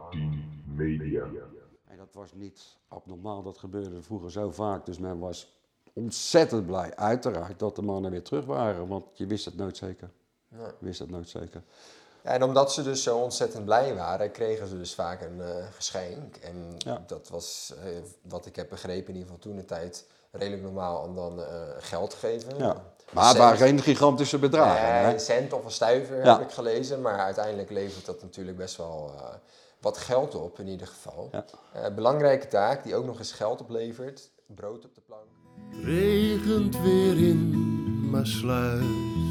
18 Media. En dat was niet abnormaal, dat gebeurde vroeger zo vaak. Dus men was ontzettend blij, uiteraard, dat de mannen weer terug waren. Want je wist het nooit zeker. Ja. Ja, en omdat ze dus zo ontzettend blij waren, kregen ze dus vaak een geschenk. En dat was, wat ik heb begrepen in ieder geval toen de tijd, redelijk normaal om dan geld te geven. Ja. Maar het waren geen gigantische bedragen. Een cent of een stuiver heb ik gelezen. Maar uiteindelijk levert dat natuurlijk best wel wat geld op in ieder geval. Ja. Belangrijke taak die ook nog eens geld oplevert. Brood op de plank. Regent weer in Maassluis.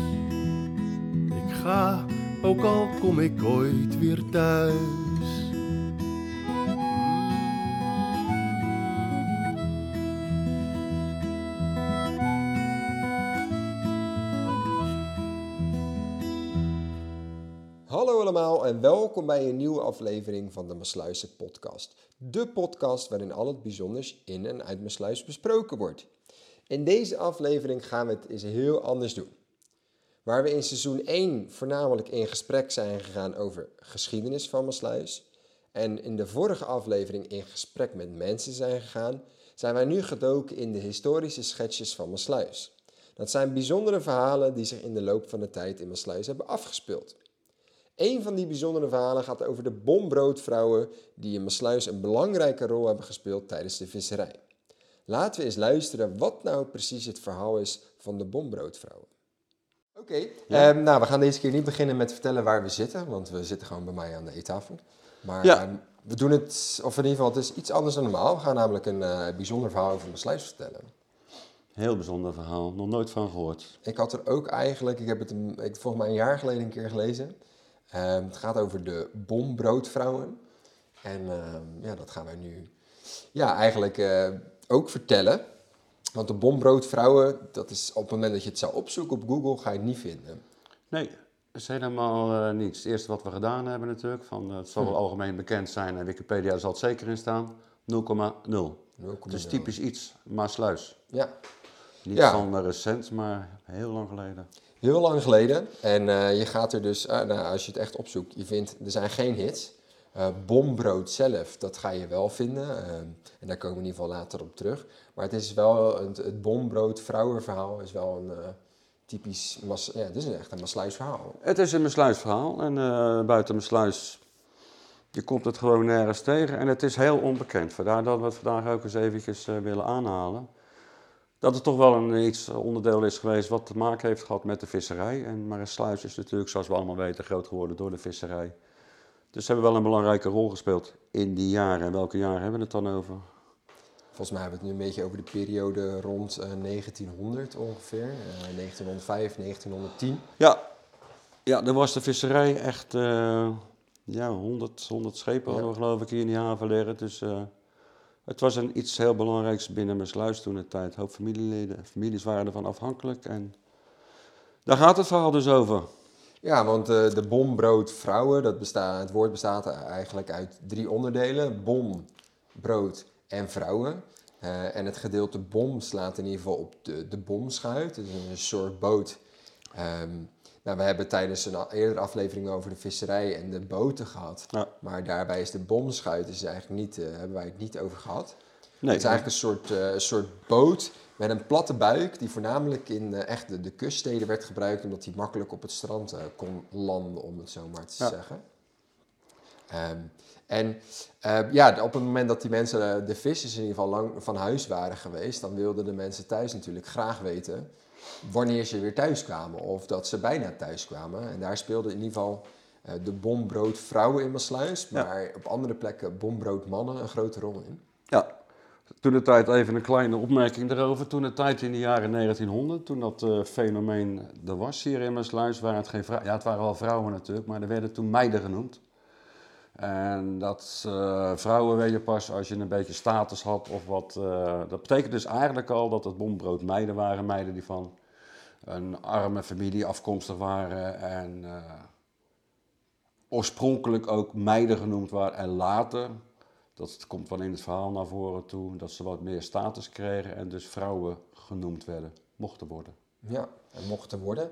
Ik ga, ook al kom ik ooit weer thuis. Hallo allemaal en welkom bij een nieuwe aflevering van de Maassluisse podcast. De podcast waarin al het bijzonders in en uit Maassluis besproken wordt. In deze aflevering gaan we het eens heel anders doen. Waar we in seizoen 1 voornamelijk in gesprek zijn gegaan over geschiedenis van Maassluis en in de vorige aflevering in gesprek met mensen zijn gegaan, zijn wij nu gedoken in de historische schetsjes van Maassluis. Dat zijn bijzondere verhalen die zich in de loop van de tijd in Maassluis hebben afgespeeld. Een van die bijzondere verhalen gaat over de bombroodvrouwen die in Maassluis een belangrijke rol hebben gespeeld tijdens de visserij. Laten we eens luisteren wat nou precies het verhaal is van de bombroodvrouwen. Oké, we gaan deze keer niet beginnen met vertellen waar we zitten, want we zitten gewoon bij mij aan de eettafel. Maar we doen het, of in ieder geval, het is iets anders dan normaal. We gaan namelijk een bijzonder verhaal over Maassluis vertellen. Heel bijzonder verhaal, nog nooit van gehoord. Ik had er ook eigenlijk, ik heb het volgens mij een jaar geleden een keer gelezen. Het gaat over de bombroodvrouwen. En dat gaan wij nu eigenlijk ook vertellen. Want de bombroodvrouwen, dat is op het moment dat je het zou opzoeken op Google, ga je het niet vinden. Nee, dat is helemaal niets. Het eerste wat we gedaan hebben natuurlijk, het zal wel algemeen bekend zijn en Wikipedia zal het zeker in staan, 0,0. Het is typisch iets, Maassluis. Ja. Niet van recent, maar heel lang geleden. Heel lang geleden. En je gaat er dus, als je het echt opzoekt, je vindt, er zijn geen hits. Bombrood zelf, dat ga je wel vinden. En daar komen we in ieder geval later op terug. Maar het is wel, het bombrood vrouwenverhaal is wel een typisch, het is echt een Maassluis verhaal. Het is een Maassluis verhaal. En buiten Maassluis, je komt het gewoon nergens tegen. En het is heel onbekend. Vandaar dat we het vandaag ook eens eventjes willen aanhalen. Dat het toch wel een onderdeel is geweest wat te maken heeft gehad met de visserij. En Maassluis is natuurlijk, zoals we allemaal weten, groot geworden door de visserij. Dus ze hebben wel een belangrijke rol gespeeld in die jaren. En welke jaren hebben we het dan over? Volgens mij hebben we het nu een beetje over de periode rond 1900 ongeveer. 1905, 1910. Ja, er was de visserij echt 100 schepen hadden we geloof ik hier in die haven liggen. Dus het was iets heel belangrijks binnen Maassluis toen de tijd. Een hoop families waren ervan afhankelijk en daar gaat het verhaal dus over. Ja, want de bombroodvrouwen, het woord bestaat eigenlijk uit 3 onderdelen. Bom, brood en vrouwen. En het gedeelte bom slaat in ieder geval op de bomschuit. Het is een soort boot. We hebben tijdens een eerdere aflevering over de visserij en de boten gehad. Ja. Maar daarbij is de bomschuit eigenlijk niet, hebben wij het niet over gehad. Nee, het is eigenlijk een soort boot met een platte buik die voornamelijk in de kuststeden werd gebruikt omdat die makkelijk op het strand kon landen, om het zo maar te zeggen. Op het moment dat die mensen, de vissers in ieder geval lang van huis waren geweest, dan wilden de mensen thuis natuurlijk graag weten wanneer ze weer thuis kwamen of dat ze bijna thuis kwamen. En daar speelden in ieder geval de bombroodvrouwen in Maassluis, maar op andere plekken bombroodmannen een grote rol in. Ja. Toen de tijd even een kleine opmerking daarover. Toen de tijd in de jaren 1900, toen dat fenomeen er was hier in Maassluis, waren het geen vrouwen. Ja, het waren wel vrouwen natuurlijk, maar er werden toen meiden genoemd. En dat vrouwen weet je pas als je een beetje status had of wat. Dat betekent dus eigenlijk al dat het bombrood meiden waren. Meiden die van een arme familie afkomstig waren en oorspronkelijk ook meiden genoemd waren. En later, dat komt wel in het verhaal naar voren toe, dat ze wat meer status kregen en dus vrouwen genoemd mochten worden. Ja, en mochten worden.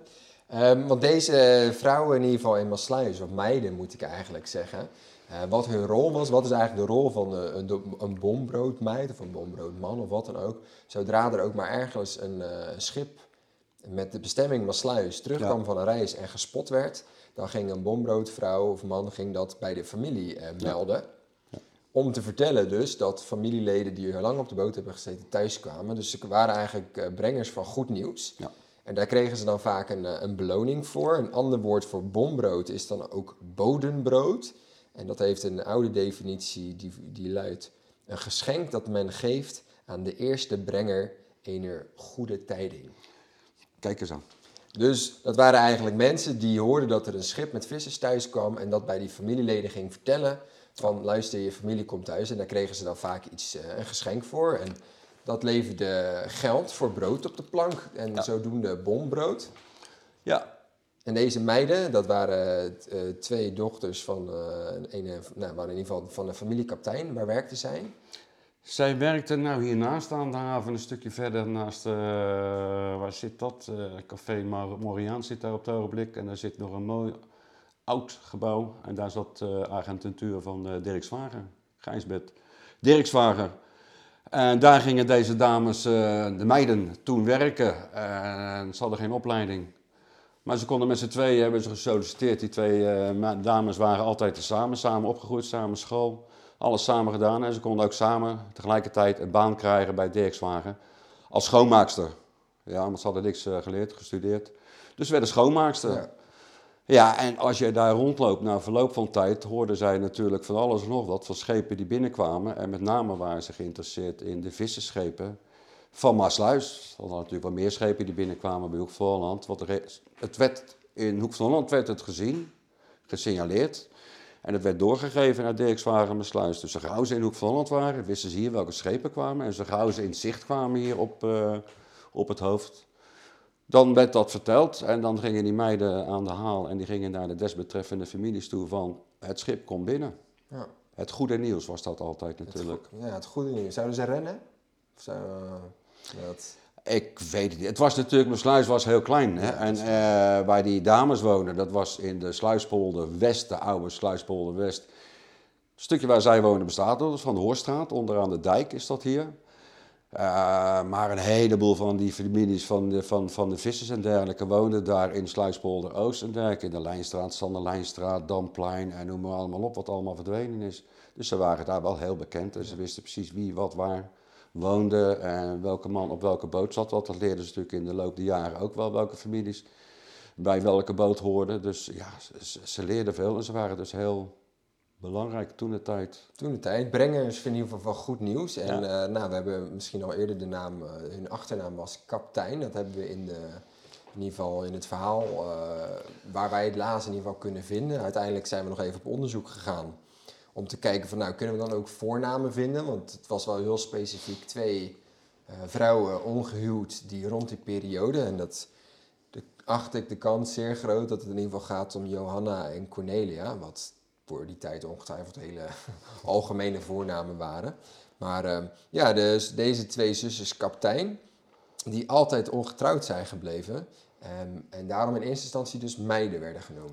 Want deze vrouwen in ieder geval in Maassluis, of meiden moet ik eigenlijk zeggen, wat hun rol was, wat is eigenlijk de rol van een bombroodmeid of een bombroodman of wat dan ook. Zodra er ook maar ergens een schip met de bestemming Maassluis terugkwam van een reis en gespot werd, dan ging een bombroodvrouw of man ging dat bij de familie melden. Ja. Om te vertellen dus dat familieleden die heel lang op de boot hebben gezeten thuis kwamen. Dus ze waren eigenlijk brengers van goed nieuws. Ja. En daar kregen ze dan vaak een beloning voor. Een ander woord voor bombrood is dan ook bodenbrood. En dat heeft een oude definitie die luidt: een geschenk dat men geeft aan de eerste brenger ener goede tijding. Kijk eens aan. Dus dat waren eigenlijk mensen die hoorden dat er een schip met vissers thuis kwam en dat bij die familieleden ging vertellen van luister, je familie komt thuis. En daar kregen ze dan vaak een geschenk voor. En dat leverde geld voor brood op de plank en zodoende bombrood. Ja. En deze meiden, dat waren 2 dochters van waren in ieder geval van een familiekaptein. Waar werkten zij? Zij werkte hiernaast aan de haven, een stukje verder naast, waar zit dat? Café Moriaan zit daar op het ogenblik. En daar zit nog een mooi oud gebouw. En daar zat agententuur van Dirk Zwager, Gijsbert. Dirk Zwager. En daar gingen deze dames, de meiden, toen werken. En ze hadden geen opleiding. Maar ze konden met z'n tweeën, hebben ze gesolliciteerd. Die 2 dames waren altijd samen opgegroeid, samen school. Alles samen gedaan en ze konden ook samen tegelijkertijd een baan krijgen bij Dirk Zwager als schoonmaakster. Ja, want ze hadden niks gestudeerd. Dus ze werden schoonmaakster. Ja. Ja, en als je daar rondloopt na verloop van tijd, hoorden zij natuurlijk van alles en nog wat van schepen die binnenkwamen. En met name waren ze geïnteresseerd in de vissersschepen van Maassluis. Er hadden natuurlijk wel meer schepen die binnenkwamen bij Hoek van Holland. In Hoek van Holland werd het gesignaleerd. En het werd doorgegeven naar Dirk Zwager en Maassluis. Dus zo gauw ze in Hoek van Holland waren, wisten ze hier welke schepen kwamen. En zo gauw ze in zicht kwamen hier op het hoofd, dan werd dat verteld. En dan gingen die meiden aan de haal en die gingen naar de desbetreffende families toe van het schip komt binnen. Ja. Het goede nieuws was dat altijd natuurlijk. Het goede nieuws. Zouden ze rennen? Of zou dat... Ik weet het niet. Het was natuurlijk, mijn sluis was heel klein. Hè? En waar die dames wonen, dat was in de Sluispolder West, de oude Sluispolder West. Het stukje waar zij wonen bestaat nog, dat is van de Hoorstraat, onderaan de dijk is dat hier. Maar een heleboel van die families van de vissers en dergelijke woonden daar in Sluispolder Oost en dergelijke. In de Lijnstraat, Sanderlijnstraat, Damplein en noem maar allemaal op, wat allemaal verdwenen is. Dus ze waren daar wel heel bekend en ze wisten precies wie, wat, waar woonde en welke man op welke boot zat. Want dat leerden ze natuurlijk in de loop der jaren ook wel, welke families bij welke boot hoorden. Dus ja, ze leerden veel en ze waren dus heel belangrijk toen de tijd. Toen de tijd. Brengers in ieder geval van goed nieuws. En we hebben misschien al eerder de naam, hun achternaam was Kaptein. Dat hebben we in ieder geval in het verhaal waar wij het laatst in ieder geval kunnen vinden. Uiteindelijk zijn we nog even op onderzoek gegaan. Om te kijken van, kunnen we dan ook voornamen vinden? Want het was wel heel specifiek 2 vrouwen ongehuwd die rond die periode. En dat acht ik de kans zeer groot dat het in ieder geval gaat om Johanna en Cornelia. Wat voor die tijd ongetwijfeld hele algemene voornamen waren. Maar dus deze 2 zusters Kaptein, die altijd ongetrouwd zijn gebleven. En daarom in eerste instantie dus meiden werden genoemd.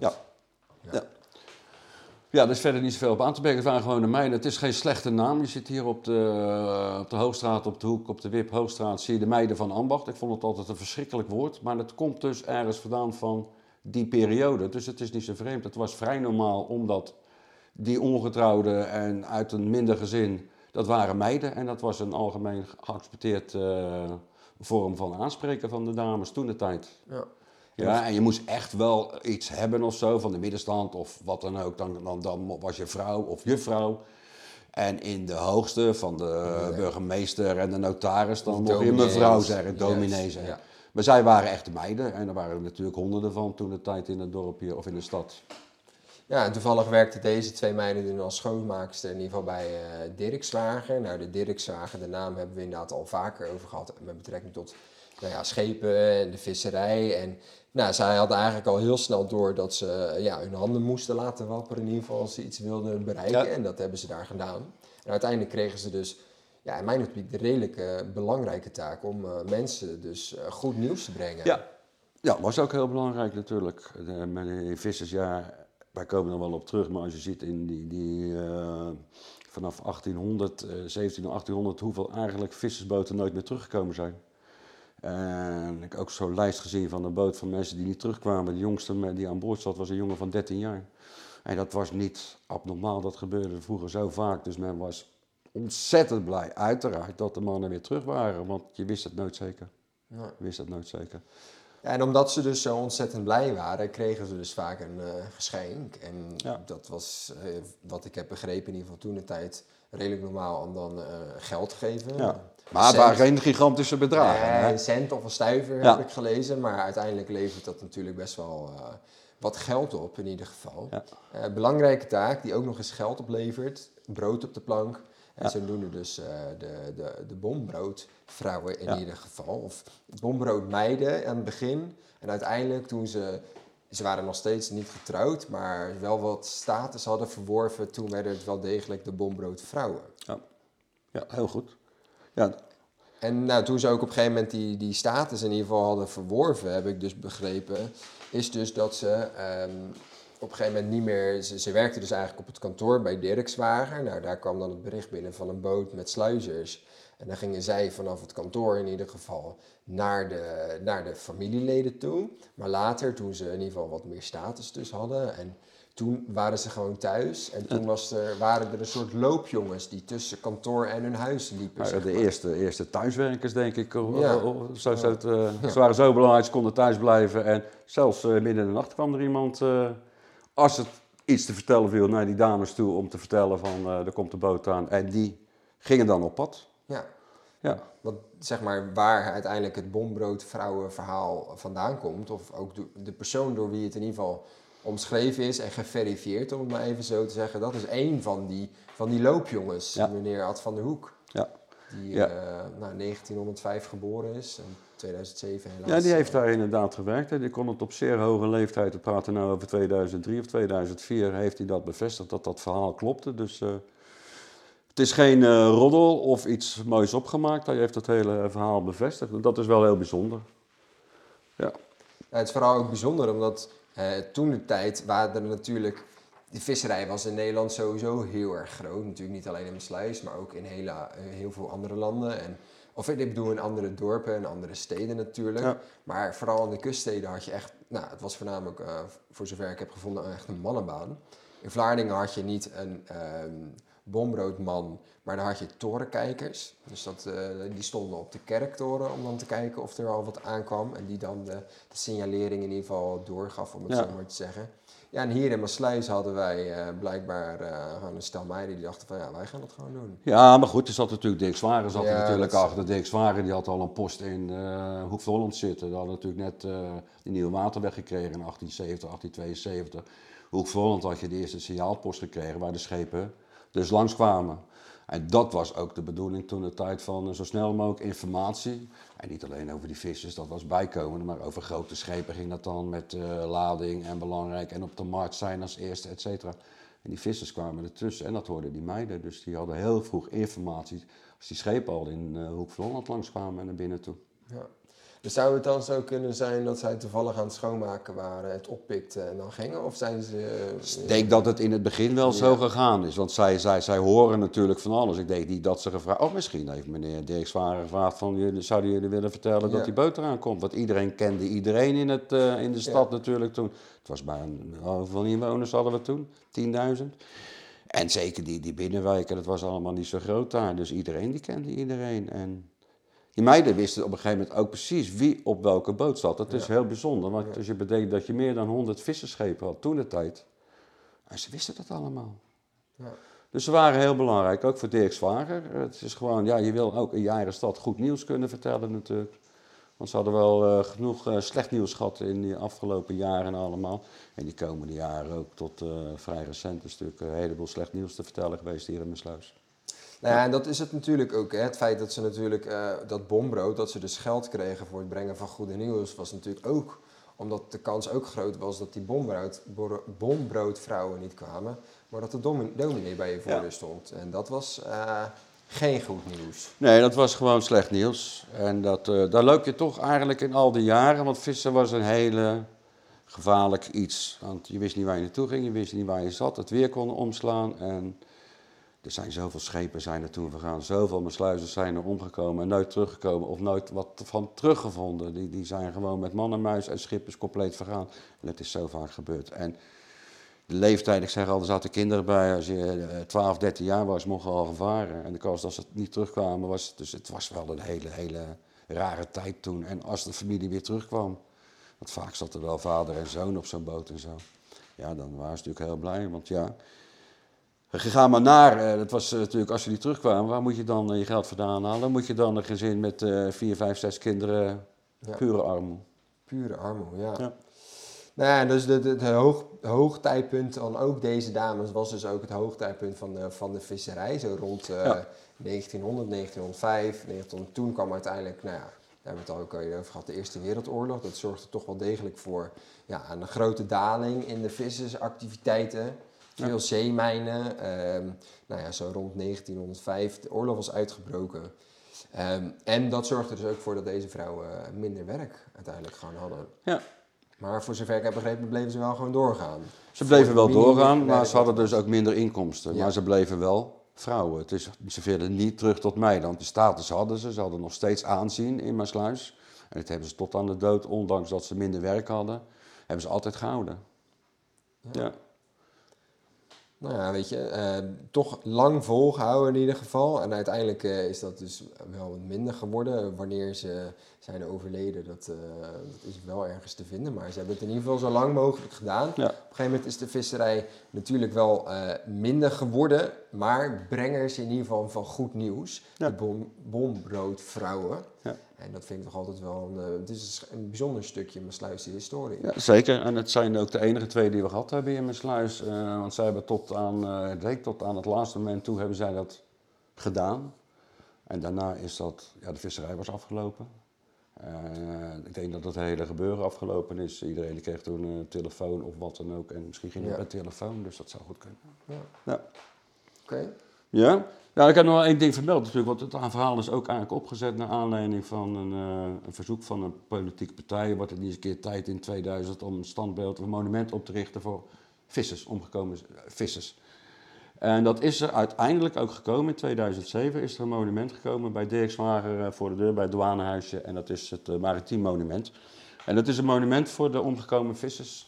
Ja, er is verder niet zoveel op aan te merken. Het waren gewoon de meiden. Het is geen slechte naam. Je zit hier op de Hoogstraat, op de hoek, op de Wip Hoogstraat, zie je de meiden van ambacht. Ik vond het altijd een verschrikkelijk woord. Maar het komt dus ergens vandaan van die periode. Dus het is niet zo vreemd. Het was vrij normaal, omdat die ongetrouwden en uit een minder gezin, dat waren meiden. En dat was een algemeen geaccepteerd vorm van aanspreken van de dames toen de tijd. Ja. Ja, en je moest echt wel iets hebben of zo, van de middenstand of wat dan ook. Dan was je vrouw of juffrouw. En in de hoogste van de burgemeester en de notaris, dan mocht je mevrouw zeggen, dominee zeggen. Ja. Maar zij waren echte meiden en er waren er natuurlijk honderden van toen de tijd in het dorpje of in de stad. Ja, en toevallig werkten deze 2 meiden nu als schoonmaakster in ieder geval bij Dirk Zwager. Nou, de Dirk Zwager, de naam hebben we inderdaad al vaker over gehad met betrekking tot schepen en de visserij. En zij hadden eigenlijk al heel snel door dat ze hun handen moesten laten wapperen in ieder geval als ze iets wilden bereiken. Ja. En dat hebben ze daar gedaan. En uiteindelijk kregen ze dus, in mijn optiek, de redelijk belangrijke taak om mensen dus goed nieuws te brengen. Ja. Ja, was ook heel belangrijk natuurlijk. Met in vissersjaar, wij komen er wel op terug, maar als je ziet in vanaf 1800, 1700, 1800, hoeveel eigenlijk vissersboten nooit meer teruggekomen zijn. En ik heb ook zo'n lijst gezien van een boot van mensen die niet terugkwamen. De jongste die aan boord zat was een jongen van 13 jaar. En dat was niet abnormaal, dat gebeurde vroeger zo vaak. Dus men was ontzettend blij, uiteraard, dat de mannen weer terug waren. Want je wist het nooit zeker. Ja. Je wist het nooit zeker. Ja, en omdat ze dus zo ontzettend blij waren, kregen ze dus vaak een geschenk. En dat was, wat ik heb begrepen, in ieder geval toen de tijd redelijk normaal om dan geld te geven. Ja. Maar het waren geen gigantische bedragen. Nee, Hè? een cent of een stuiver heb ik gelezen. Maar uiteindelijk levert dat natuurlijk best wel wat geld op in ieder geval. Ja. Belangrijke taak die ook nog eens geld oplevert. Brood op de plank. En zodoende dus de bombroodvrouwen in ieder geval. Of bombroodmeiden aan het begin. En uiteindelijk toen ze waren nog steeds niet getrouwd, maar wel wat status hadden verworven. Toen werden het wel degelijk de bombroodvrouwen. Ja, heel goed. Ja. En nou, toen ze ook op een gegeven moment die status in ieder geval hadden verworven, heb ik dus begrepen, is dus dat ze op een gegeven moment niet meer... Ze werkte dus eigenlijk op het kantoor bij Dirk Zwager. Nou, daar kwam dan het bericht binnen van een boot met sluizers. En dan gingen zij vanaf het kantoor in ieder geval naar de familieleden toe. Maar later, toen ze in ieder geval wat meer status dus hadden... en toen waren ze gewoon thuis en toen waren er een soort loopjongens die tussen kantoor en hun huis liepen. Ja, de eerste thuiswerkers, denk ik. Ze waren zo belangrijk, ze konden thuis blijven. En zelfs midden in de nacht kwam er iemand, als het iets te vertellen viel, naar die dames toe om te vertellen van er komt de boot aan. En die gingen dan op pad. Ja. Want zeg maar waar uiteindelijk het bombroodvrouwenverhaal vandaan komt, of ook de persoon door wie het in ieder geval omschreven is en geverifieerd, om het maar even zo te zeggen. Dat is één van die loopjongens, meneer Ad van der Hoek. Ja. Die 1905 geboren is en 2007 helaas. Ja, die heeft daar inderdaad gewerkt. Hè. Die kon het op zeer hoge leeftijd, we praten nu over 2003 of 2004, heeft hij dat bevestigd dat verhaal klopte. Dus het is geen roddel of iets moois opgemaakt. Hij heeft het hele verhaal bevestigd. En dat is wel heel bijzonder. Ja. Het is vooral ook bijzonder omdat toen de tijd waren er natuurlijk... De visserij was in Nederland sowieso heel erg groot. Natuurlijk niet alleen in Maassluis, maar ook in heel veel andere landen. Of ik bedoel in andere dorpen en andere steden natuurlijk. Ja. Maar vooral in de kuststeden had je echt... Nou, het was voornamelijk, voor zover ik heb gevonden, echt een mannenbaan. In Vlaardingen had je niet een bombroodman, maar daar had je torenkijkers. Dus die stonden op de kerktoren om dan te kijken of er al wat aankwam. En die dan de signalering in ieder geval doorgaf, om het zo maar te zeggen. Ja, en hier in Maassluis hadden wij blijkbaar gewoon een stel meiden die dachten van wij gaan dat gewoon doen. Ja, maar goed, er zat natuurlijk Dirk Zwager natuurlijk achter. Dirk Zwager die had al een post in Hoek van Holland zitten. Die hadden natuurlijk net de Nieuwe Waterweg gekregen in 1870, 1872. Hoek van Holland had je de eerste signaalpost gekregen waar de schepen dus langskwamen. En dat was ook de bedoeling toen de tijd van zo snel mogelijk informatie. En niet alleen over die vissers, dat was bijkomend, maar over grote schepen ging dat dan met lading en belangrijk. En op de markt zijn als eerste, et cetera. En die vissers kwamen ertussen en dat hoorden die meiden. Dus die hadden heel vroeg informatie als die schepen al in Hoek van Holland langskwamen en naar binnen toe. Ja. Dus zou het dan zo kunnen zijn dat zij toevallig aan het schoonmaken waren, het oppikten en dan gingen? Of zijn ze... Ik denk dat het in het begin wel zo gegaan is. Want zij horen natuurlijk van alles. Ik denk niet dat ze gevraagd... Oh, misschien heeft meneer Dirk Zwager gevraagd van... Zouden jullie willen vertellen dat die boot eraan komt? Want iedereen kende iedereen in de stad natuurlijk toen. Het was bij hoeveel inwoners hadden we toen? 10.000. En zeker die binnenwijken, dat was allemaal niet zo groot daar. Dus iedereen die kende iedereen. En die meiden wisten op een gegeven moment ook precies wie op welke boot zat. Dat is heel bijzonder, want als je bedenkt dat je meer dan 100 visserschepen had toen de tijd. En ze wisten dat allemaal. Ja. Dus ze waren heel belangrijk, ook voor Dirk Zwager. Het is gewoon, je wil ook in je eigen stad goed nieuws kunnen vertellen natuurlijk. Want ze hadden wel genoeg slecht nieuws gehad in die afgelopen jaren allemaal. En die komende jaren ook tot vrij recent is natuurlijk een heleboel slecht nieuws te vertellen geweest hier in Maassluis. Nou ja, en dat is het natuurlijk ook. Hè. Het feit dat ze natuurlijk dat bombrood, dat ze dus geld kregen voor het brengen van goede nieuws, was natuurlijk ook omdat de kans ook groot was dat die bombroodvrouwen niet kwamen, maar dat de dominee bij je voordeur stond. En dat was geen goed nieuws. Nee, dat was gewoon slecht nieuws. En daar loop je toch eigenlijk in al die jaren, want vissen was een hele gevaarlijk iets. Want je wist niet waar je naartoe ging, je wist niet waar je zat, het weer kon omslaan. En er zijn zoveel schepen zijn er toen vergaan, zoveel Maassluisers zijn er omgekomen en nooit teruggekomen of nooit wat van teruggevonden. Die zijn gewoon met man en muis en schippers compleet vergaan. En dat is zo vaak gebeurd. En de leeftijd, ik zeg al, er zaten kinderen bij. Als je 12, 13 jaar was, mocht je al gevaren. En de kans dat ze niet terugkwamen was, dus het was wel een hele rare tijd toen. En als de familie weer terugkwam, want vaak zat er wel vader en zoon op zo'n boot en zo. Ja, dan waren ze natuurlijk heel blij, want ja, je gaat maar naar. Dat was natuurlijk, als ze niet terugkwamen, waar moet je dan je geld vandaan halen? Dan moet je dan een gezin met 4, 5, 6 kinderen, pure armoede. Pure armoede, ja. Ja. Nou ja, dus het hoogtijdpunt van ook deze dames was dus ook het hoogtijdpunt van de visserij. Zo rond 1900, 1905, 1900. Toen kwam uiteindelijk, nou ja, daar hebben we het al ook over gehad, de Eerste Wereldoorlog. Dat zorgde toch wel degelijk voor een grote daling in de vissersactiviteiten. Veel zeemijnen. Zo rond 1905, de oorlog was uitgebroken. En dat zorgde dus ook voor dat deze vrouwen minder werk uiteindelijk gewoon hadden. Ja. Maar voor zover ik heb begrepen, bleven ze wel gewoon doorgaan. Ze bleven wel doorgaan, maar ze hadden dus ook minder inkomsten. Ja. Maar ze bleven wel vrouwen. Ze vielen niet terug tot Meiland. Die status hadden ze. Ze hadden nog steeds aanzien in Maassluis. En dat hebben ze tot aan de dood, ondanks dat ze minder werk hadden, hebben ze altijd gehouden. Ja. Nou ja, weet je, toch lang volgehouden in ieder geval. En uiteindelijk is dat dus wel wat minder geworden. Wanneer ze zijn overleden, dat is wel ergens te vinden. Maar ze hebben het in ieder geval zo lang mogelijk gedaan. Ja. Op een gegeven moment is de visserij natuurlijk wel minder geworden. Maar brengers in ieder geval van goed nieuws. Ja. De bombroodvrouwen. Ja. En dat vind ik toch altijd wel het is een bijzonder stukje Maassluisse historie. Ja, zeker. En het zijn ook de enige 2 die we gehad hebben in Maassluis. Want zij hebben tot aan het laatste moment toe hebben zij dat gedaan. En daarna is dat, de visserij was afgelopen. Ik denk dat het hele gebeuren afgelopen is. Iedereen kreeg toen een telefoon of wat dan ook. En misschien ging het met telefoon, dus dat zou goed kunnen. Ja. Oké. Ja. Nou, ik heb nog wel 1 ding vermeld natuurlijk, want het verhaal is ook eigenlijk opgezet naar aanleiding van een verzoek van een politieke partij. Wordt het niet eens een keer tijd in 2000 om een standbeeld of een monument op te richten voor vissers, omgekomen vissers. En dat is er uiteindelijk ook gekomen. In 2007 is er een monument gekomen bij Dirkswager voor de deur, bij het douanehuisje. En dat is het Maritiem Monument. En dat is een monument voor de omgekomen vissers.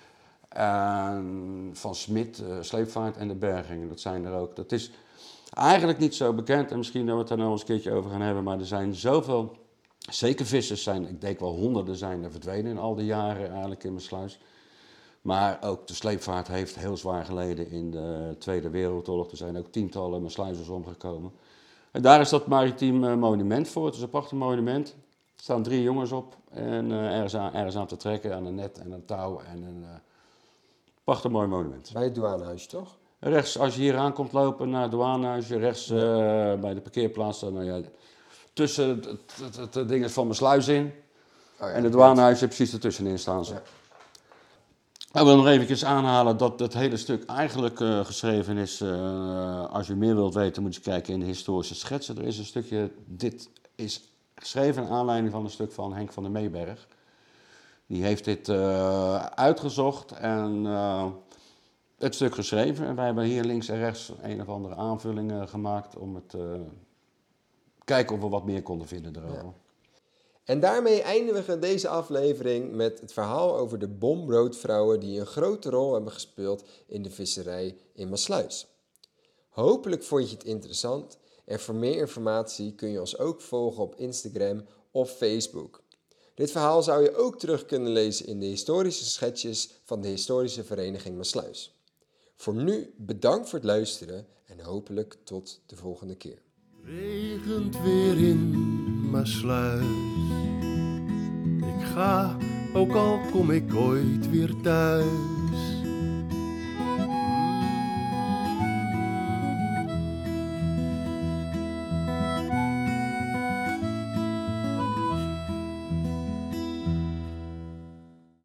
Van Smit, Sleepvaart en de Bergingen. Dat zijn er ook. Dat is eigenlijk niet zo bekend en misschien dat we het daar nog eens een keertje over gaan hebben. Maar er zijn zoveel, zeker vissers zijn, ik denk wel honderden zijn er verdwenen in al die jaren eigenlijk in Maassluis. Maar ook de sleepvaart heeft heel zwaar geleden in de Tweede Wereldoorlog. Er zijn ook tientallen Maassluisers omgekomen. En daar is dat Maritiem Monument voor. Het is een prachtig monument. Er staan 3 jongens op en ergens aan te trekken aan een net en een touw en een prachtig mooi monument. Bij het douanehuis, toch? Rechts, als je hier aan komt lopen naar het douanehuisje, rechts bij de parkeerplaats, tussen het ding van Maassluis in. En het douanehuisje precies ertussenin staan ze. Ja. Ik wil nog even aanhalen dat het hele stuk eigenlijk geschreven is. Als je meer wilt weten, moet je kijken in de historische schetsen. Er is een stukje, dit is geschreven naar aanleiding van een stuk van Henk van der Meeberg. Die heeft dit uitgezocht en het stuk geschreven. En wij hebben hier links en rechts een of andere aanvulling gemaakt om het kijken of we wat meer konden vinden erover. Ja. En daarmee eindigen we deze aflevering met het verhaal over de bombroodvrouwen die een grote rol hebben gespeeld in de visserij in Maassluis. Hopelijk vond je het interessant en voor meer informatie kun je ons ook volgen op Instagram of Facebook. Dit verhaal zou je ook terug kunnen lezen in de historische schetsjes van de Historische Vereniging Maassluis. Voor nu bedankt voor het luisteren en hopelijk tot de volgende keer. Regent weer in Maassluis. Ik ga, ook al kom ik ooit weer thuis.